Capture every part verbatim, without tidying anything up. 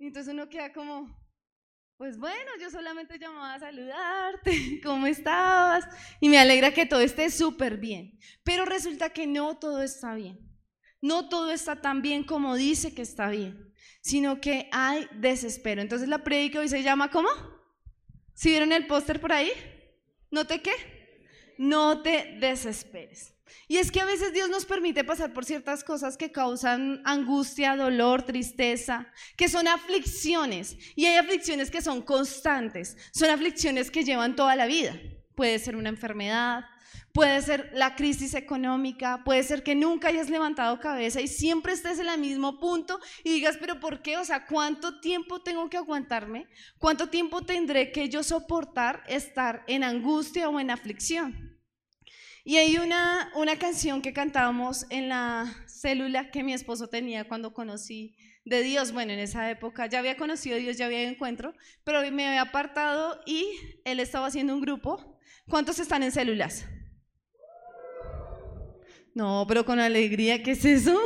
entonces uno queda como, pues bueno, yo solamente llamaba a saludarte, ¿cómo estabas? Y me alegra que todo esté súper bien, pero resulta que no todo está bien, no todo está tan bien como dice que está bien, sino que hay desespero. Entonces la prédica hoy se llama ¿cómo? ¿Sí vieron el póster por ahí? ¿No te qué? No te desesperes. Y es que a veces Dios nos permite pasar por ciertas cosas que causan angustia, dolor, tristeza, que son aflicciones. Y hay aflicciones que son constantes, son aflicciones que llevan toda la vida. Puede ser una enfermedad, puede ser la crisis económica, puede ser que nunca hayas levantado cabeza y siempre estés en el mismo punto y digas, pero ¿por qué? O sea, ¿cuánto tiempo tengo que aguantarme? ¿Cuánto tiempo tendré que yo soportar estar en angustia o en aflicción? Y hay una, una canción que cantábamos en la célula que mi esposo tenía cuando conocí de Dios. Bueno, en esa época ya había conocido a Dios, ya había encuentro, pero me había apartado y él estaba haciendo un grupo. ¿Cuántos están en células? No, pero con alegría, ¿qué es eso?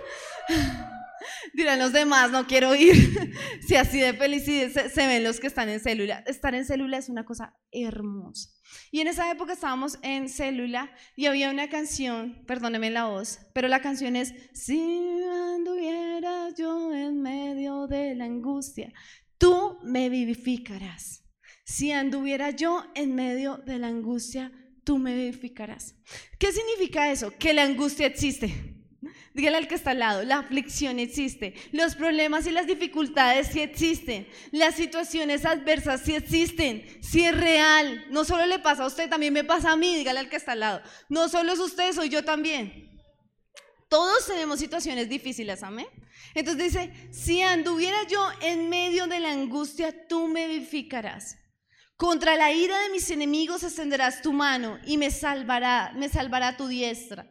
Dirán los demás, no quiero ir. Si así de felicidad se, se ven los que están en célula. Estar en célula es una cosa hermosa. Y en esa época estábamos en célula y había una canción, perdóneme la voz, pero la canción es: si anduviera yo en medio de la angustia, tú me vivificarás. Si anduviera yo en medio de la angustia, tú me vivificarás. ¿Qué significa eso? Que la angustia existe. Dígale al que está al lado, la aflicción existe, los problemas y las dificultades sí existen, las situaciones adversas sí existen, sí es real. No solo le pasa a usted, también me pasa a mí. Dígale al que está al lado, no solo es usted, soy yo también. Todos tenemos situaciones difíciles, amén. Entonces dice: si anduviera yo en medio de la angustia, tú me vivificarás. Contra la ira de mis enemigos extenderás tu mano y me salvará, me salvará tu diestra.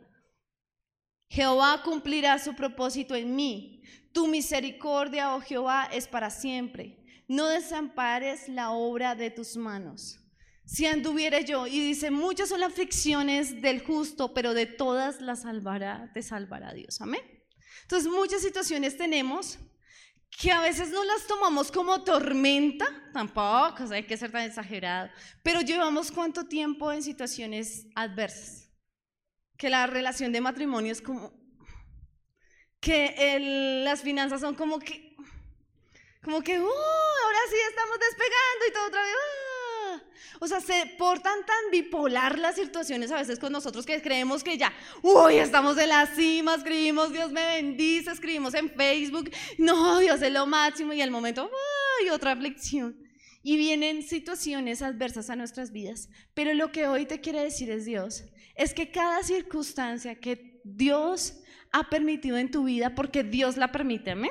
Jehová cumplirá su propósito en mí. Tu misericordia, oh Jehová, es para siempre. No desampares la obra de tus manos. Si anduviera yo, y dice, muchas son las aflicciones del justo, pero de todas las salvará, te salvará Dios. Amén. Entonces muchas situaciones tenemos que a veces no las tomamos como tormenta, tampoco, o sea, hay que ser tan exagerado, pero llevamos cuánto tiempo en situaciones adversas. Que la relación de matrimonio es como que el, las finanzas son como que como que uh, ahora sí estamos despegando y todo otra vez uh. O sea, se portan tan bipolar las situaciones a veces con nosotros que creemos que ya uy, estamos en la cima, escribimos Dios me bendice, escribimos en Facebook, no, Dios es lo máximo, y al momento uy, otra aflicción. Y vienen situaciones adversas a nuestras vidas, pero lo que hoy te quiere decir es Dios, es que cada circunstancia que Dios ha permitido en tu vida, porque Dios la permite, amén,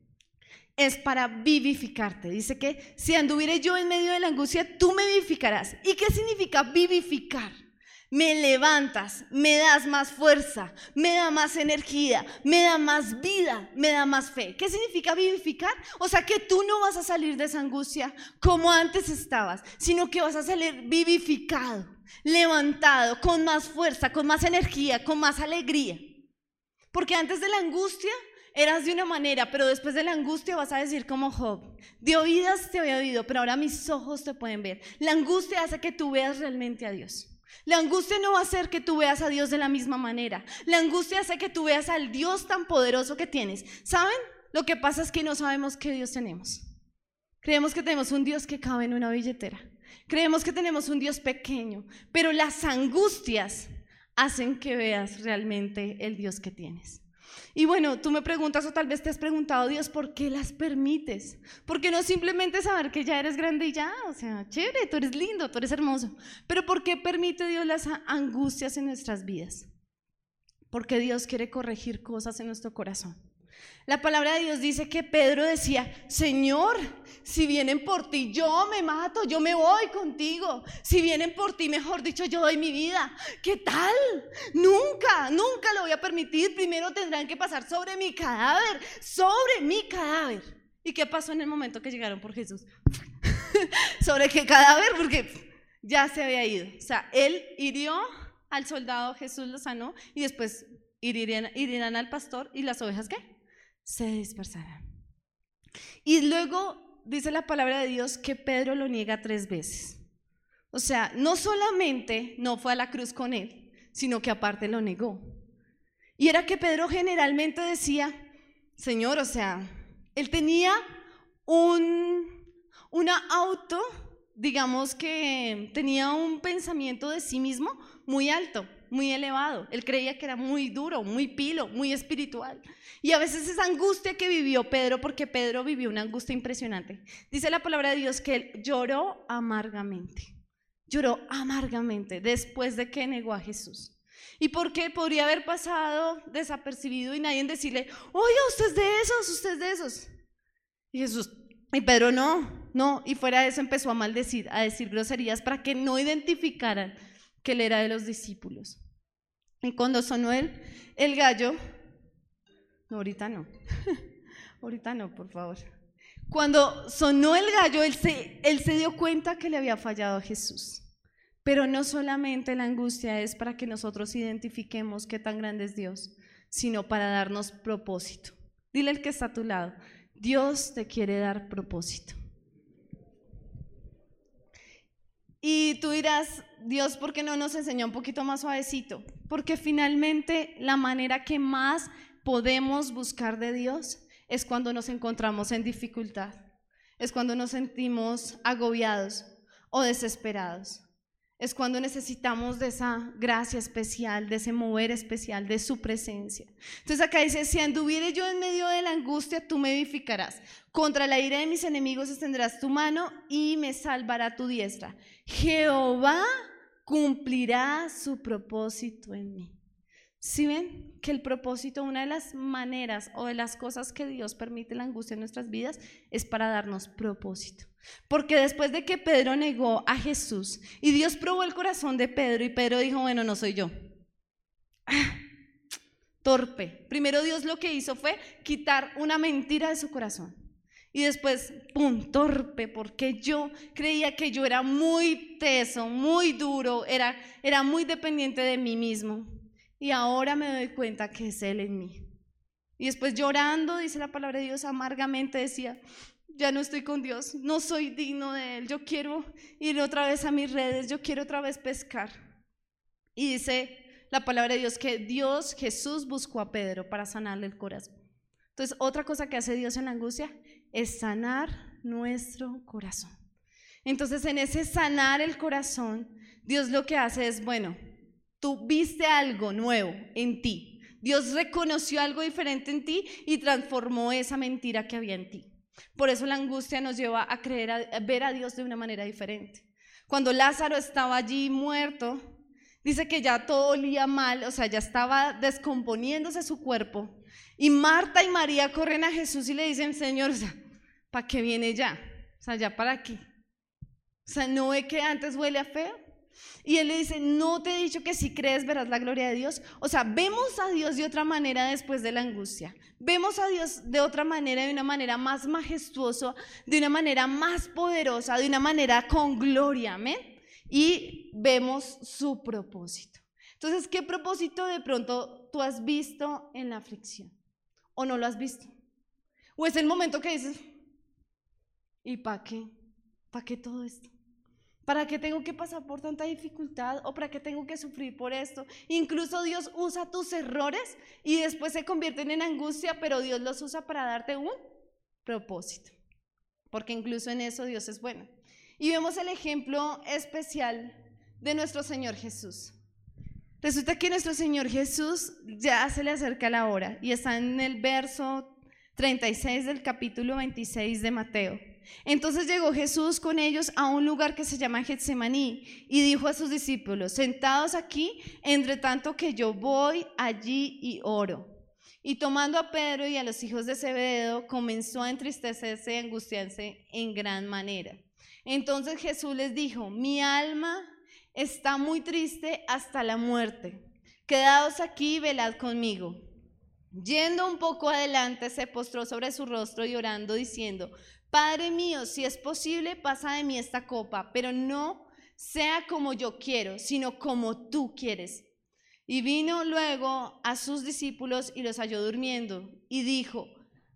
es para vivificarte. Dice que si anduviere yo en medio de la angustia, tú me vivificarás. ¿Y qué significa vivificar? Me levantas, me das más fuerza, me da más energía, me da más vida, me da más fe. ¿Qué significa vivificar? O sea que tú no vas a salir de esa angustia como antes estabas, sino que vas a salir vivificado, levantado, con más fuerza, con más energía, con más alegría. Porque antes de la angustia eras de una manera, pero después de la angustia vas a decir como Job: de oídas te había oído, pero ahora mis ojos te pueden ver. La angustia hace que tú veas realmente a Dios. La angustia no va a hacer que tú veas a Dios de la misma manera. La angustia hace que tú veas al Dios tan poderoso que tienes. ¿Saben? Lo que pasa es que no sabemos qué Dios tenemos. Creemos que tenemos un Dios que cabe en una billetera. Creemos que tenemos un Dios pequeño, pero las angustias hacen que veas realmente el Dios que tienes. Y bueno, tú me preguntas, o tal vez te has preguntado: Dios, ¿por qué las permites? ¿Por qué no simplemente saber que ya eres grande y ya? O sea, chévere, tú eres lindo, tú eres hermoso. Pero ¿por qué permite Dios las angustias en nuestras vidas? Porque Dios quiere corregir cosas en nuestro corazón. La palabra de Dios dice que Pedro decía: Señor, si vienen por ti, yo me mato, yo me voy contigo. Si vienen por ti, mejor dicho, yo doy mi vida. ¿Qué tal? Nunca, nunca lo voy a permitir. Primero tendrán que pasar sobre mi cadáver, sobre mi cadáver. ¿Y qué pasó en el momento que llegaron por Jesús? ¿Sobre qué cadáver? Porque ya se había ido. O sea, él hirió al soldado, Jesús lo sanó, y después irían, irían al pastor, y las ovejas, ¿qué? Se dispersarán. Y luego dice la palabra de Dios que Pedro lo niega tres veces. O sea, no solamente no fue a la cruz con él, sino que aparte lo negó. Y era que Pedro generalmente decía, Señor, o sea, él tenía un, una auto, digamos que tenía un pensamiento de sí mismo muy alto, muy elevado. Él creía que era muy duro, muy pilo, muy espiritual. Y a veces esa angustia que vivió Pedro, porque Pedro vivió una angustia impresionante. Dice la palabra de Dios que él lloró amargamente. Lloró amargamente después de que negó a Jesús. Y porque podría haber pasado desapercibido y nadie decirle, oiga, usted es de esos, usted es de esos. Y Jesús, y Pedro no, no. Y fuera de eso empezó a maldecir, a decir groserías para que no identificaran que él era de los discípulos. Y cuando sonó el, el gallo, no, ahorita no, ahorita no, por favor. Cuando sonó el gallo, él se, él se dio cuenta que le había fallado a Jesús. Pero no solamente la angustia es para que nosotros identifiquemos qué tan grande es Dios, sino para darnos propósito. Dile al que está a tu lado, Dios te quiere dar propósito. Y tú dirás, Dios, ¿por qué no nos enseñó un poquito más suavecito? Porque finalmente la manera que más podemos buscar de Dios es cuando nos encontramos en dificultad, es cuando nos sentimos agobiados o desesperados, es cuando necesitamos de esa gracia especial, de ese mover especial, de su presencia. Entonces acá dice, si anduviere yo en medio de la angustia, tú me edificarás. Contra la ira de mis enemigos extenderás tu mano y me salvará tu diestra. Jehová cumplirá su propósito en mí. ¿Sí ven? Que el propósito, una de las maneras o de las cosas que Dios permite la angustia en nuestras vidas es para darnos propósito. Porque después de que Pedro negó a Jesús y Dios probó el corazón de Pedro y Pedro dijo, bueno, no soy yo. Ah, torpe. Primero Dios lo que hizo fue quitar una mentira de su corazón. Y después, pum, torpe, porque yo creía que yo era muy teso, muy duro, era, era muy dependiente de mí mismo. Y ahora me doy cuenta que es Él en mí. Y después llorando, dice la palabra de Dios, amargamente decía, ya no estoy con Dios, no soy digno de Él, yo quiero ir otra vez a mis redes, yo quiero otra vez pescar. Y dice la palabra de Dios que Dios, Jesús buscó a Pedro para sanarle el corazón. Entonces, otra cosa que hace Dios en la angustia es sanar nuestro corazón. Entonces, en ese sanar el corazón, Dios lo que hace es, bueno, tú viste algo nuevo en ti. Dios reconoció algo diferente en ti y transformó esa mentira que había en ti. Por eso la angustia nos lleva a creer, a ver a Dios de una manera diferente. Cuando Lázaro estaba allí muerto, dice que ya todo olía mal, o sea, ya estaba descomponiéndose su cuerpo. Y Marta y María corren a Jesús y le dicen, Señor, o sea, ¿para qué viene ya? O sea, ¿ya para qué? O sea, ¿no ve que antes huele a feo? Y él le dice, ¿no te he dicho que si crees verás la gloria de Dios? O sea, vemos a Dios de otra manera después de la angustia. Vemos a Dios de otra manera, de una manera más majestuosa, de una manera más poderosa, de una manera con gloria, amén. Y vemos su propósito. Entonces, ¿qué propósito de pronto tú has visto en la aflicción? ¿O no lo has visto? ¿O es el momento que dices, ¿y para qué? ¿Para qué todo esto? ¿Para qué tengo que pasar por tanta dificultad? ¿O para qué tengo que sufrir por esto? Incluso Dios usa tus errores y después se convierten en angustia, pero Dios los usa para darte un propósito. Porque incluso en eso Dios es bueno. Y vemos el ejemplo especial de nuestro Señor Jesús. Resulta que nuestro Señor Jesús ya se le acerca la hora y está en el verso treinta y seis del capítulo veintiséis de Mateo. Entonces llegó Jesús con ellos a un lugar que se llama Getsemaní y dijo a sus discípulos, sentados aquí, entre tanto que yo voy allí y oro. Y tomando a Pedro y a los hijos de Zebedeo, comenzó a entristecerse y angustiarse en gran manera. Entonces Jesús les dijo, mi alma está muy triste hasta la muerte. Quedaos aquí y velad conmigo. Yendo un poco adelante, se postró sobre su rostro y orando, diciendo, Padre mío, si es posible, pasa de mí esta copa, pero no sea como yo quiero, sino como tú quieres. Y vino luego a sus discípulos y los halló durmiendo, y dijo,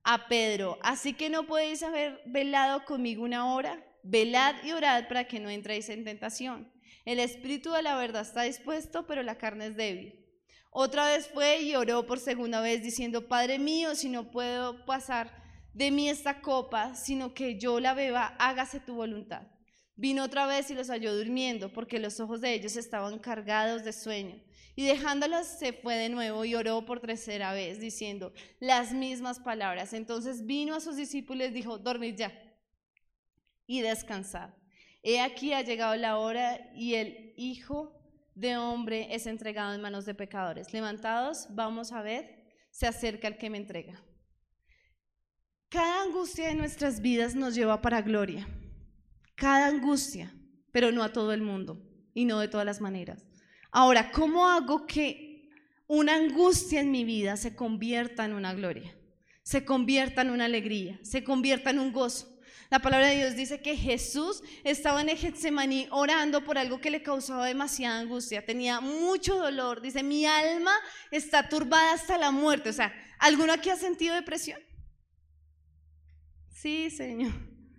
a Pedro: así que no podéis haber velado conmigo una hora, velad y orad para que no entréis en tentación. El espíritu de la verdad está dispuesto, pero la carne es débil. Otra vez fue y oró por segunda vez, diciendo: Padre mío, si no puedo pasar de mí esta copa, sino que yo la beba, hágase tu voluntad. Vino otra vez y los halló durmiendo, porque los ojos de ellos estaban cargados de sueño. Y dejándolos se fue de nuevo y oró por tercera vez, diciendo las mismas palabras. Entonces vino a sus discípulos y les dijo: dormid ya y descansad. He aquí ha llegado la hora y el Hijo de Hombre es entregado en manos de pecadores. Levantados, vamos a ver, se acerca el que me entrega. Cada angustia de nuestras vidas nos lleva para gloria. Cada angustia, pero no a todo el mundo y no de todas las maneras. Ahora, ¿cómo hago que una angustia en mi vida se convierta en una gloria? Se convierta en una alegría, se convierta en un gozo. La palabra de Dios dice que Jesús estaba en el Getsemaní orando por algo que le causaba demasiada angustia, tenía mucho dolor. Dice: mi alma está turbada hasta la muerte. O sea, ¿alguno aquí ha sentido depresión? Sí, Señor.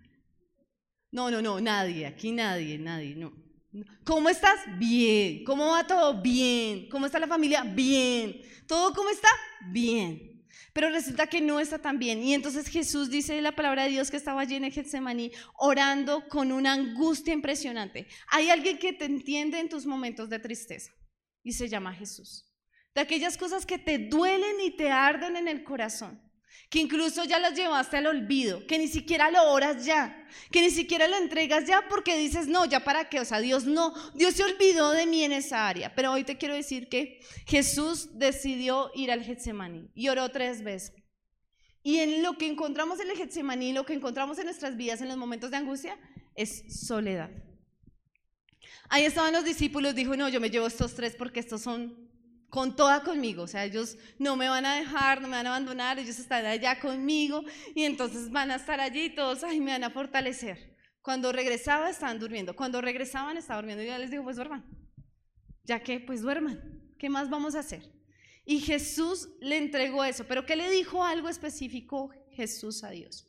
No, no, no, nadie, aquí nadie, nadie, no. ¿Cómo estás? Bien. ¿Cómo va todo? Bien. ¿Cómo está la familia? Bien. ¿Todo cómo está? Bien. Pero resulta que no está tan bien. Y entonces Jesús dice en la palabra de Dios que estaba allí en el Getsemaní orando con una angustia impresionante. Hay alguien que te entiende en tus momentos de tristeza y se llama Jesús. De aquellas cosas que te duelen y te arden en el corazón, que incluso ya las llevaste al olvido, que ni siquiera lo oras ya, que ni siquiera lo entregas ya porque dices: no, ya para qué, o sea, Dios no, Dios se olvidó de mí en esa área. Pero hoy te quiero decir que Jesús decidió ir al Getsemaní y oró tres veces. Y en lo que encontramos en el Getsemaní, lo que encontramos en nuestras vidas en los momentos de angustia, es soledad. Ahí estaban los discípulos, dijo: no, yo me llevo estos tres porque estos son con toda conmigo, o sea, ellos no me van a dejar, no me van a abandonar, ellos están allá conmigo y entonces van a estar allí y todos, ay, me van a fortalecer. Cuando regresaba estaban durmiendo, cuando regresaban estaban durmiendo y ya les digo: pues duerman, ya que pues duerman, ¿qué más vamos a hacer? Y Jesús le entregó eso. Pero ¿qué le dijo algo específico Jesús a Dios?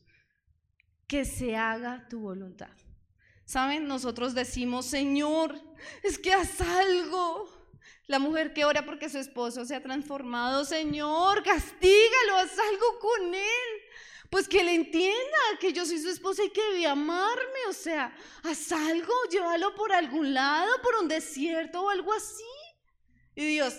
Que se haga tu voluntad. ¿Saben? Nosotros decimos: Señor, es que haz algo. La mujer que ora porque su esposo se ha transformado: Señor, castígalo, haz algo con él. Pues que le entienda que yo soy su esposa y que debe amarme. O sea, haz algo, llévalo por algún lado, por un desierto o algo así. Y Dios,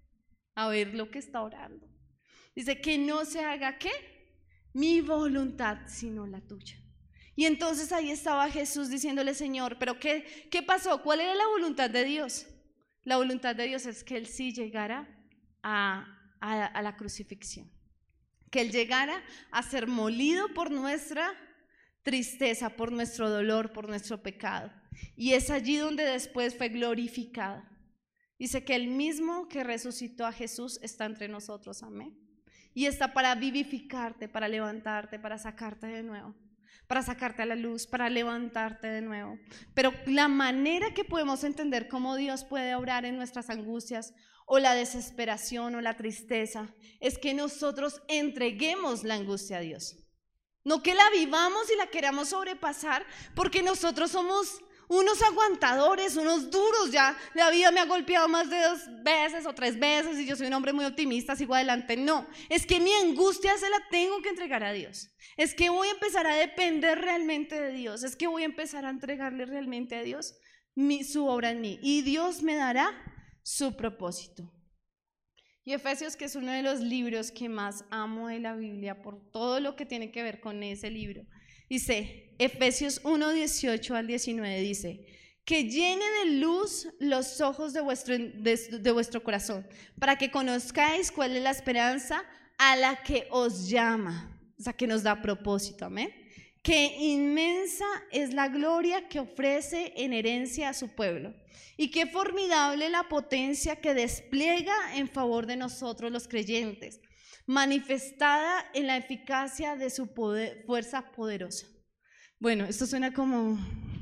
a ver lo que está orando. Dice: que no se haga, ¿qué? Mi voluntad, sino la tuya. Y entonces ahí estaba Jesús diciéndole: Señor, ¿pero qué, qué pasó? ¿Cuál era la voluntad de Dios? La voluntad de Dios es que Él sí llegara a, a, a la crucifixión, que Él llegara a ser molido por nuestra tristeza, por nuestro dolor, por nuestro pecado. Y es allí donde después fue glorificado. Dice que el mismo que resucitó a Jesús está entre nosotros, amén. Y está para vivificarte, para levantarte, para sacarte de nuevo, para sacarte a la luz, para levantarte de nuevo. Pero la manera que podemos entender cómo Dios puede obrar en nuestras angustias o la desesperación o la tristeza es que nosotros entreguemos la angustia a Dios. No que la vivamos y la queramos sobrepasar, porque nosotros somos unos aguantadores, unos duros. Ya la vida me ha golpeado más de dos veces o tres veces y yo soy un hombre muy optimista, sigo adelante. No, es que mi angustia se la tengo que entregar a Dios. Es que voy a empezar a depender realmente de Dios. Es que voy a empezar a entregarle realmente a Dios mi, su obra en mí, y Dios me dará su propósito. Y Efesios, que es uno de los libros que más amo de la Biblia por todo lo que tiene que ver con ese libro, dice, Efesios uno, dieciocho al diecinueve, dice: que llene de luz los ojos de vuestro, de, de vuestro corazón, para que conozcáis cuál es la esperanza a la que os llama, o sea, que nos da propósito, amén. Que inmensa es la gloria que ofrece en herencia a su pueblo, y qué formidable la potencia que despliega en favor de nosotros los creyentes, manifestada en la eficacia de su poder, fuerza poderosa. Bueno, esto suena como,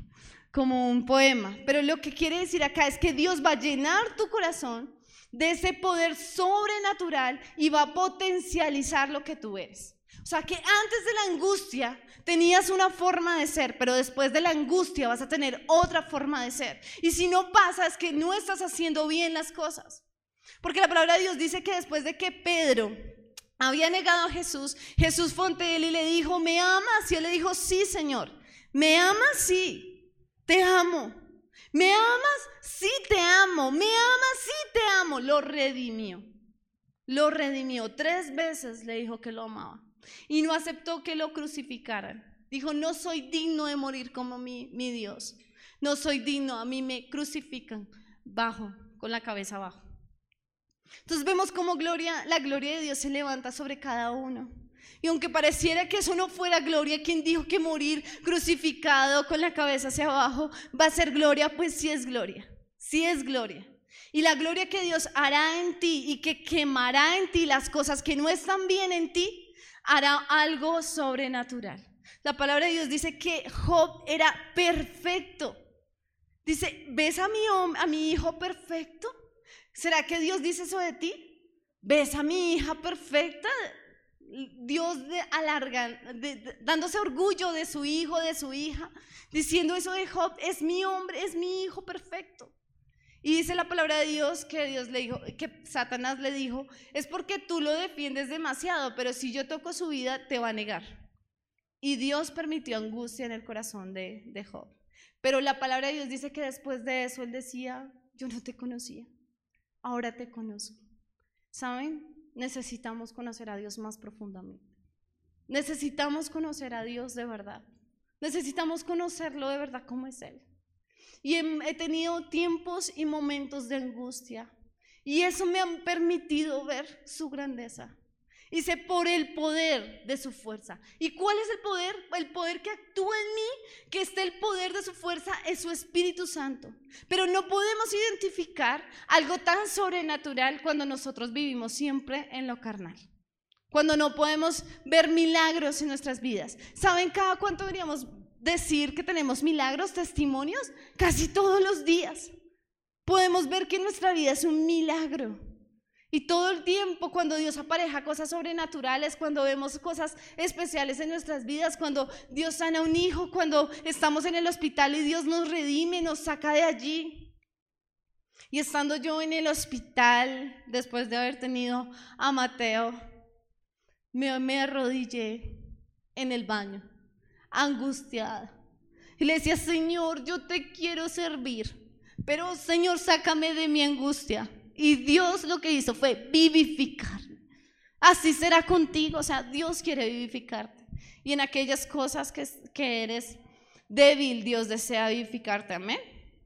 como un poema, pero lo que quiere decir acá es que Dios va a llenar tu corazón de ese poder sobrenatural y va a potencializar lo que tú eres. O sea que antes de la angustia tenías una forma de ser, pero después de la angustia vas a tener otra forma de ser. Y si no pasa es que no estás haciendo bien las cosas. Porque la palabra de Dios dice que después de que Pedro había negado a Jesús, Jesús fue ante él y le dijo, ¿me amas? Y él le dijo, sí, Señor. ¿Me amas? Sí, te amo. ¿Me amas? Sí, te amo. ¿Me amas? Sí, te amo. Lo redimió. Lo redimió. Tres veces le dijo que lo amaba. Y no aceptó que lo crucificaran. Dijo, no soy digno de morir como mi, mi Dios. No soy digno, a mí me crucifican bajo, con la cabeza abajo. Entonces vemos cómo gloria, la gloria de Dios se levanta sobre cada uno. Y aunque pareciera que eso no fuera gloria, ¿quién dijo que morir crucificado con la cabeza hacia abajo va a ser gloria? Pues sí es gloria, sí es gloria. Y la gloria que Dios hará en ti y que quemará en ti las cosas que no están bien en ti, hará algo sobrenatural. La palabra de Dios dice que Job era perfecto. Dice, ¿ves a mi, a mi hijo perfecto? ¿Será que Dios dice eso de ti? ¿Ves a mi hija perfecta? Dios de alarga, de, de, dándose orgullo de su hijo, de su hija, diciendo eso de Job, es mi hombre, es mi hijo perfecto. Y dice la palabra de Dios que Dios le dijo, que Satanás le dijo, es porque tú lo defiendes demasiado, pero si yo toco su vida, te va a negar. Y Dios permitió angustia en el corazón de, de Job. Pero la palabra de Dios dice que después de eso él decía, yo no te conocía, ahora te conozco. ¿Saben? Necesitamos conocer a Dios más profundamente. Necesitamos conocer a Dios de verdad. Necesitamos conocerlo de verdad como es Él. Y he, he tenido tiempos y momentos de angustia. Y eso me ha permitido ver su grandeza. Dice, por el poder de su fuerza. ¿Y cuál es el poder? El poder que actúa en mí, que está el poder de su fuerza, es su Espíritu Santo. Pero no podemos identificar algo tan sobrenatural cuando nosotros vivimos siempre en lo carnal. Cuando no podemos ver milagros en nuestras vidas. ¿Saben cada cuánto deberíamos decir que tenemos milagros, testimonios? Casi todos los días. Podemos ver que nuestra vida es un milagro. Y todo el tiempo cuando Dios apareja cosas sobrenaturales, cuando vemos cosas especiales en nuestras vidas, cuando Dios sana a un hijo, cuando estamos en el hospital y Dios nos redime, nos saca de allí. Y estando yo en el hospital, después de haber tenido a Mateo, me, me arrodillé en el baño, angustiada. Y le decía, Señor, yo te quiero servir, pero Señor, sácame de mi angustia. Y Dios lo que hizo fue vivificar. Así será contigo, o sea, Dios quiere vivificarte. Y en aquellas cosas que, que eres débil, Dios desea vivificarte, amén.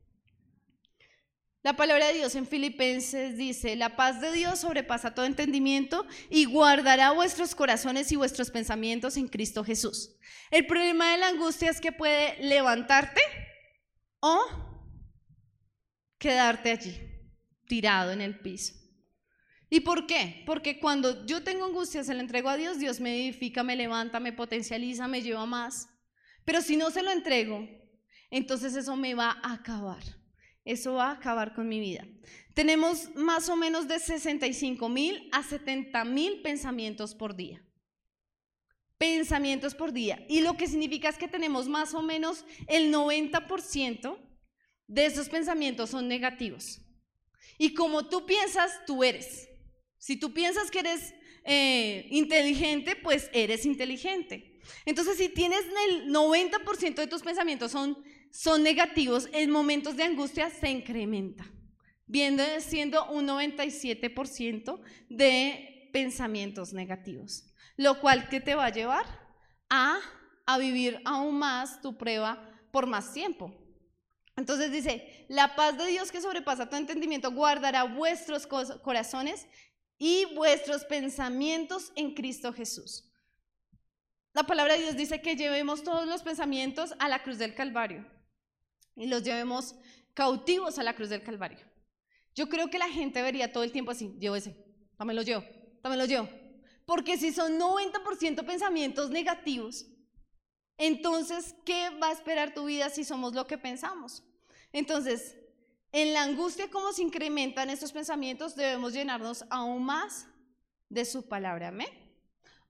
La palabra de Dios en Filipenses dice, la paz de Dios sobrepasa todo entendimiento y guardará vuestros corazones y vuestros pensamientos en Cristo Jesús. El problema de la angustia es que puede levantarte o quedarte allí, tirado en el piso. ¿Y por qué? Porque cuando yo tengo angustia, se la entrego a Dios, Dios me edifica, me levanta, me potencializa, me lleva más. Pero si no se lo entrego, entonces eso me va a acabar. Eso va a acabar con mi vida. Tenemos más o menos de sesenta y cinco mil a setenta mil pensamientos por día. Pensamientos por día. Y lo que significa es que tenemos más o menos el noventa por ciento de esos pensamientos son negativos. Y como tú piensas, tú eres. Si tú piensas que eres eh, inteligente, pues eres inteligente. Entonces, si tienes el noventa por ciento de tus pensamientos son, son negativos, en momentos de angustia se incrementa, viendo siendo un noventa y siete por ciento de pensamientos negativos, lo cual que te va a llevar a, a vivir aún más tu prueba por más tiempo. Entonces dice, la paz de Dios que sobrepasa todo entendimiento guardará vuestros corazones y vuestros pensamientos en Cristo Jesús. La palabra de Dios dice que llevemos todos los pensamientos a la cruz del Calvario y los llevemos cautivos a la cruz del Calvario. Yo creo que la gente vería todo el tiempo así, llevo ese, también lo llevo, también lo llevo. Porque si son noventa por ciento pensamientos negativos, entonces, ¿qué va a esperar tu vida si somos lo que pensamos? Entonces, en la angustia, como se incrementan estos pensamientos, debemos llenarnos aún más de su palabra, ¿amén?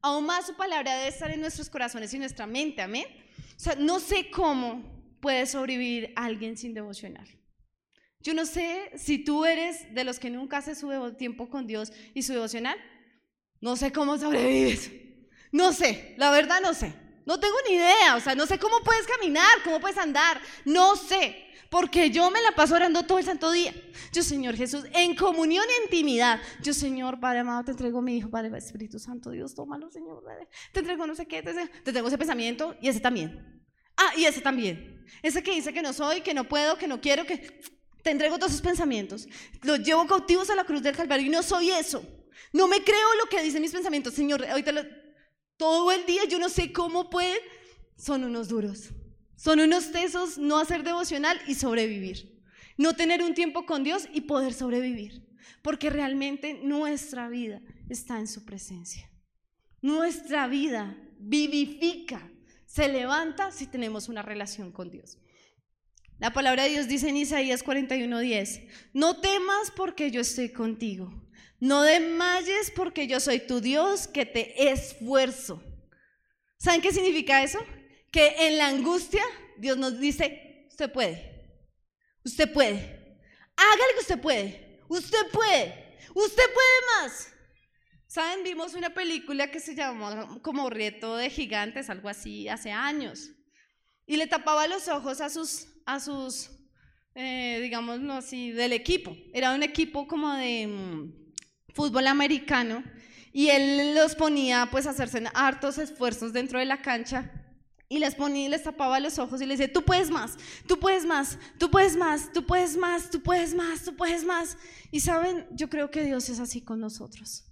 Aún más su palabra debe estar en nuestros corazones y nuestra mente, amén. O sea, no sé cómo puede sobrevivir alguien sin devocional. Yo no sé si tú eres de los que nunca hace su tiempo con Dios y su devocional. No sé cómo sobrevives. No sé, la verdad no sé. No tengo ni idea, o sea, no sé cómo puedes caminar, cómo puedes andar. No sé, porque yo me la paso orando todo el santo día. Yo, Señor Jesús, en comunión y intimidad. Yo, Señor, Padre amado, te entrego a mi Hijo, Padre, Espíritu Santo, Dios, tómalo, Señor. Te entrego no sé qué, te, te entrego ese pensamiento y ese también. Ah, y ese también. Ese que dice que no soy, que no puedo, que no quiero, que... Te entrego todos esos pensamientos. Los llevo cautivos a la cruz del Calvario y no soy eso. No me creo lo que dicen mis pensamientos, Señor. Ahorita lo... todo el día yo no sé cómo pueden. Son unos duros. Son unos tesos no hacer devocional y sobrevivir. No tener un tiempo con Dios y poder sobrevivir. Porque realmente nuestra vida está en su presencia. Nuestra vida vivifica, se levanta si tenemos una relación con Dios. La palabra de Dios dice en Isaías cuarenta y uno diez: no temas porque yo estoy contigo, no desmayes porque yo soy tu Dios que te esfuerzo. ¿Saben qué significa eso? Que en la angustia Dios nos dice: usted puede, usted puede, hágale que usted puede, usted puede, usted puede más. ¿Saben? Vimos una película que se llamó como Reto de Gigantes, algo así, hace años, y le tapaba los ojos a sus a sus, eh, digámoslo así, del equipo. Era un equipo como de um, fútbol americano y él los ponía pues a hacerse hartos esfuerzos dentro de la cancha y les ponía, les tapaba los ojos y les decía: tú puedes más, tú puedes más, tú puedes más, tú puedes más, tú puedes más, tú puedes más. Y saben, yo creo que Dios es así con nosotros.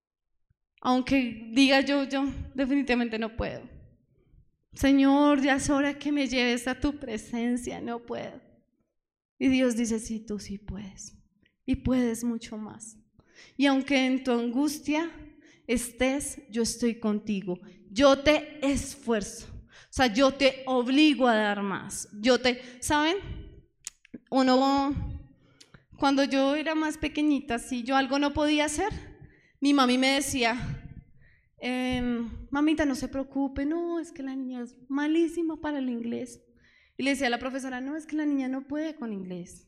Aunque diga yo, yo definitivamente no puedo. Señor, ya es hora que me lleves a tu presencia, no puedo. Y Dios dice: sí, tú sí puedes, y puedes mucho más. Y aunque en tu angustia estés, yo estoy contigo, yo te esfuerzo, o sea, yo te obligo a dar más. Yo te, ¿saben? Uno, cuando yo era más pequeñita, si yo algo no podía hacer, mi mami me decía: Eh, mamita, no se preocupe, no, es que la niña es malísima para el inglés. Y le decía a la profesora: no, es que la niña no puede con inglés.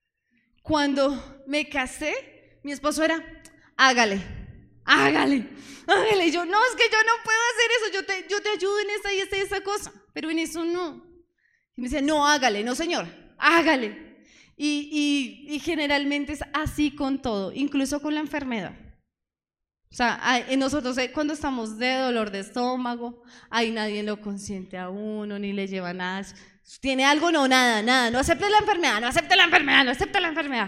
Cuando me casé, mi esposo era: hágale, hágale, hágale. Y yo: no, es que yo no puedo hacer eso, yo te, yo te ayudo en esta y esta y esta cosa, pero en eso no. Y me decía: no, hágale, no señor, hágale. Y, y, y generalmente es así con todo, incluso con la enfermedad. O sea, nosotros cuando estamos de dolor de estómago, ahí nadie lo consiente a uno, ni le lleva nada. ¿Tiene algo? No, nada, nada. No acepte la enfermedad, no acepte la enfermedad, no acepte la enfermedad.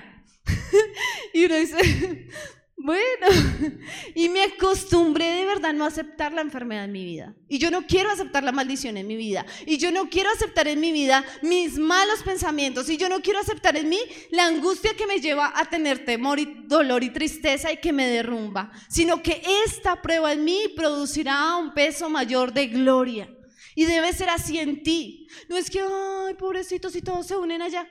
Y uno dice: bueno, y me acostumbré de verdad a no aceptar la enfermedad en mi vida. Y yo no quiero aceptar la maldición en mi vida. Y yo no quiero aceptar en mi vida mis malos pensamientos. Y yo no quiero aceptar en mí la angustia que me lleva a tener temor y dolor y tristeza y que me derrumba. Sino que esta prueba en mí producirá un peso mayor de gloria. Y debe ser así en ti. No es que, ay, pobrecitos, y todos se unen allá.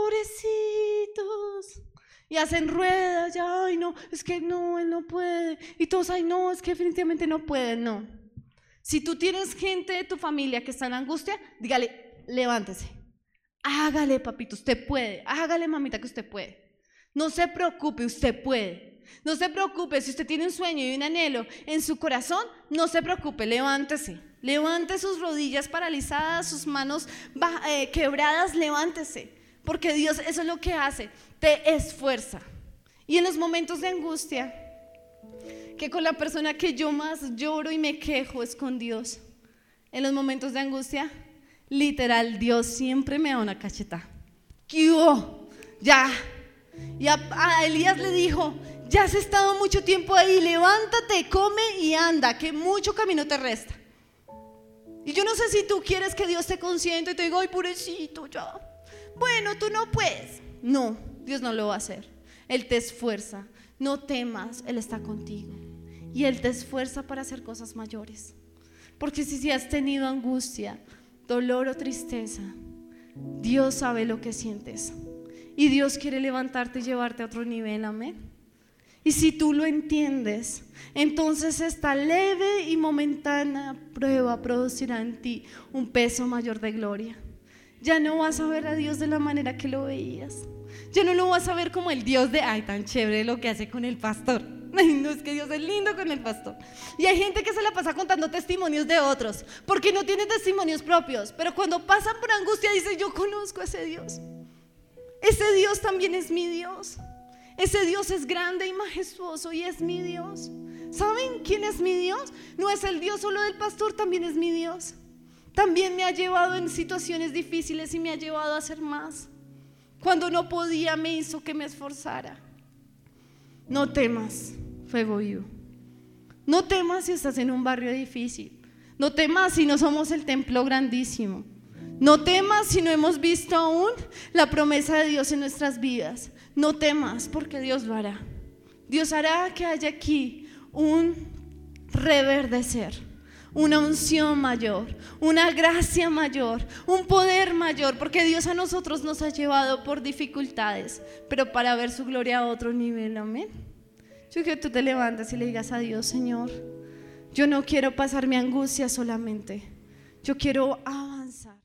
Pobrecitos. Y hacen ruedas, ya, ay no, es que no, él no puede. Y todos: ay no, es que definitivamente no puede, no. Si tú tienes gente de tu familia que está en angustia, dígale: levántese, hágale papito, usted puede, hágale mamita que usted puede. No se preocupe, usted puede. No se preocupe, si usted tiene un sueño y un anhelo en su corazón, no se preocupe, levántese. Levante sus rodillas paralizadas, sus manos eh, quebradas, levántese. Porque Dios eso es lo que hace, te esfuerza. Y en los momentos de angustia, que con la persona que yo más lloro y me quejo es con Dios. En los momentos de angustia, literal, Dios siempre me da una cachetada. ¿Qué hubo? Ya. Y a, a Elías le dijo: ya has estado mucho tiempo ahí, levántate, come y anda, que mucho camino te resta. Y yo no sé si tú quieres que Dios te consienta y te diga: ay, pobrecito, ya. Bueno, tú no puedes. No, Dios no lo va a hacer. Él te esfuerza. No temas, Él está contigo. Y Él te esfuerza para hacer cosas mayores. Porque si, si has tenido angustia, dolor o tristeza, Dios sabe lo que sientes. Y Dios quiere levantarte y llevarte a otro nivel, amén. Y si tú lo entiendes, entonces esta leve y momentánea prueba producirá en ti un peso mayor de gloria. Ya no vas a ver a Dios de la manera que lo veías. Ya no lo vas a ver como el Dios de, ay, tan chévere lo que hace con el pastor. Ay, no, es que Dios es lindo con el pastor. Y hay gente que se la pasa contando testimonios de otros, porque no tiene testimonios propios. Pero cuando pasan por angustia dicen, yo conozco a ese Dios. Ese Dios también es mi Dios. Ese Dios es grande y majestuoso y es mi Dios. ¿Saben quién es mi Dios? No es el Dios solo del pastor, también es mi Dios. También me ha llevado en situaciones difíciles y me ha llevado a hacer más. Cuando no podía me hizo que me esforzara. No temas, fuego vivo. No temas si estás en un barrio difícil. No temas si no somos el templo grandísimo. No temas si no hemos visto aún la promesa de Dios en nuestras vidas. No temas porque Dios lo hará. Dios hará que haya aquí un reverdecer, una unción mayor, una gracia mayor, un poder mayor, porque Dios a nosotros nos ha llevado por dificultades, pero para ver su gloria a otro nivel, amén. Yo quiero que tú te levantes y le digas a Dios, Señor, yo no quiero pasar mi angustia solamente, yo quiero avanzar.